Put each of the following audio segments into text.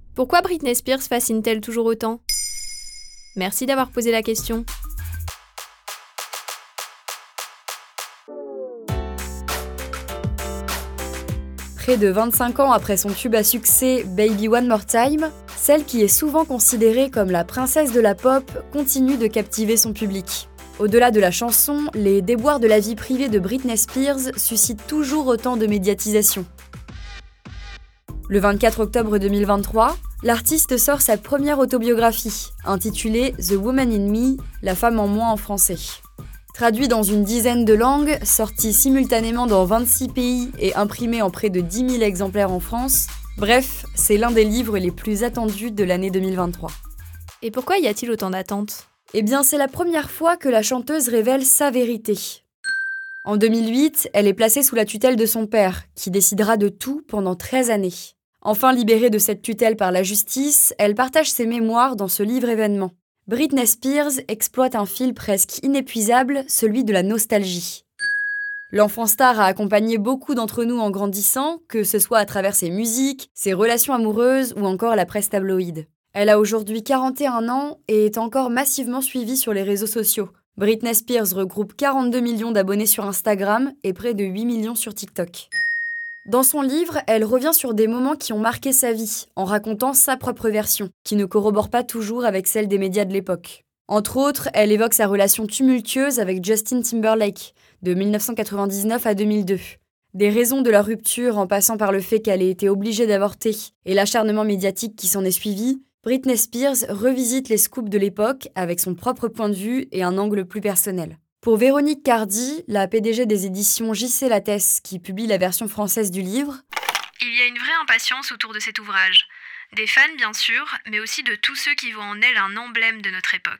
Pourquoi Britney Spears fascine-t-elle toujours autant ? Merci d'avoir posé la question. Près de 25 ans après son tube à succès Baby One More Time, celle qui est souvent considérée comme la princesse de la pop continue de captiver son public. Au-delà de la chanson, les déboires de la vie privée de Britney Spears suscitent toujours autant de médiatisation. Le 24 octobre 2023, l'artiste sort sa première autobiographie, intitulée The Woman in Me, la femme en moi en français. Traduit dans une dizaine de langues, sorti simultanément dans 26 pays et imprimé en près de 10 000 exemplaires en France, bref, c'est l'un des livres les plus attendus de l'année 2023. Et pourquoi y a-t-il autant d'attentes ? Eh bien, c'est la première fois que la chanteuse révèle sa vérité. En 2008, elle est placée sous la tutelle de son père, qui décidera de tout pendant 13 années. Enfin libérée de cette tutelle par la justice, elle partage ses mémoires dans ce livre-événement. Britney Spears exploite un fil presque inépuisable, celui de la nostalgie. L'enfant star a accompagné beaucoup d'entre nous en grandissant, que ce soit à travers ses musiques, ses relations amoureuses ou encore la presse tabloïde. Elle a aujourd'hui 41 ans et est encore massivement suivie sur les réseaux sociaux. Britney Spears regroupe 42 millions d'abonnés sur Instagram et près de 8 millions sur TikTok. Dans son livre, elle revient sur des moments qui ont marqué sa vie, en racontant sa propre version, qui ne corrobore pas toujours avec celle des médias de l'époque. Entre autres, elle évoque sa relation tumultueuse avec Justin Timberlake, de 1999 à 2002. Des raisons de la rupture en passant par le fait qu'elle ait été obligée d'avorter et l'acharnement médiatique qui s'en est suivi, Britney Spears revisite les scoops de l'époque avec son propre point de vue et un angle plus personnel. Pour Véronique Cardy, la PDG des éditions J.C. Lattès, qui publie la version française du livre, « Il y a une vraie impatience autour de cet ouvrage. Des fans, bien sûr, mais aussi de tous ceux qui voient en elle un emblème de notre époque. »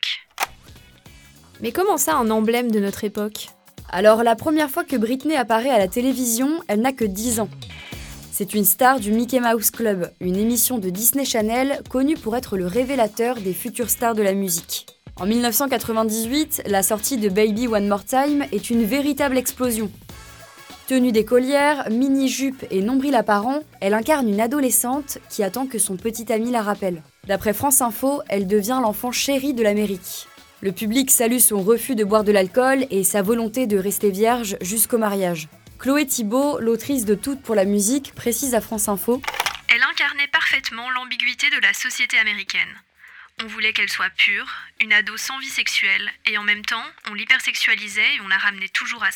Mais comment ça, un emblème de notre époque ? Alors, la première fois que Britney apparaît à la télévision, elle n'a que 10 ans. C'est une star du Mickey Mouse Club, une émission de Disney Channel connue pour être le révélateur des futures stars de la musique. En 1998, la sortie de Baby One More Time est une véritable explosion. Tenue d'écolière, mini-jupe et nombril apparent, elle incarne une adolescente qui attend que son petit ami la rappelle. D'après France Info, elle devient l'enfant chéri de l'Amérique. Le public salue son refus de boire de l'alcool et sa volonté de rester vierge jusqu'au mariage. Chloé Thibault, l'autrice de Toutes pour la musique, précise à France Info « Elle incarnait parfaitement l'ambiguïté de la société américaine. On voulait qu'elle soit pure, une ado sans vie sexuelle, et en même temps, on l'hypersexualisait et on la ramenait toujours à ça. »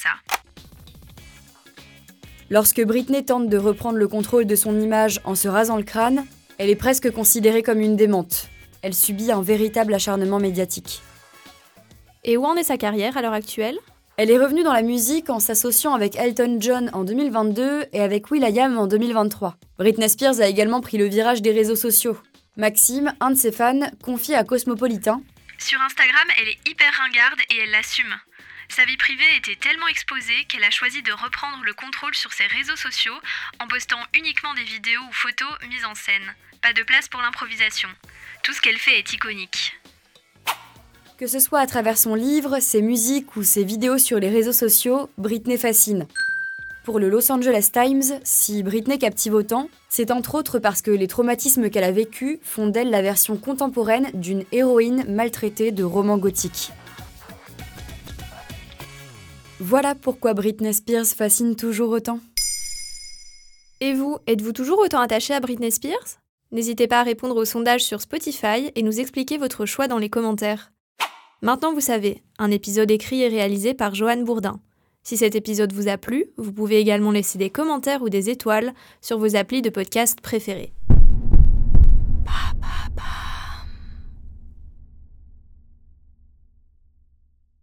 Lorsque Britney tente de reprendre le contrôle de son image en se rasant le crâne, elle est presque considérée comme une démente. Elle subit un véritable acharnement médiatique. Et où en est sa carrière à l'heure actuelle ? Elle est revenue dans la musique en s'associant avec Elton John en 2022 et avec will.i.am en 2023. Britney Spears a également pris le virage des réseaux sociaux. Maxime, un de ses fans, confie à Cosmopolitan « Sur Instagram, elle est hyper ringarde et elle l'assume. Sa vie privée était tellement exposée qu'elle a choisi de reprendre le contrôle sur ses réseaux sociaux en postant uniquement des vidéos ou photos mises en scène. Pas de place pour l'improvisation. Tout ce qu'elle fait est iconique. » Que ce soit à travers son livre, ses musiques ou ses vidéos sur les réseaux sociaux, Britney fascine. Pour le Los Angeles Times, si Britney captive autant, c'est entre autres parce que les traumatismes qu'elle a vécus font d'elle la version contemporaine d'une héroïne maltraitée de romans gothiques. Voilà pourquoi Britney Spears fascine toujours autant. Et vous, êtes-vous toujours autant attaché à Britney Spears ? N'hésitez pas à répondre au sondage sur Spotify et nous expliquer votre choix dans les commentaires. Maintenant, vous savez, un épisode écrit et réalisé par Joanne Bourdin. Si cet épisode vous a plu, vous pouvez également laisser des commentaires ou des étoiles sur vos applis de podcast préférés.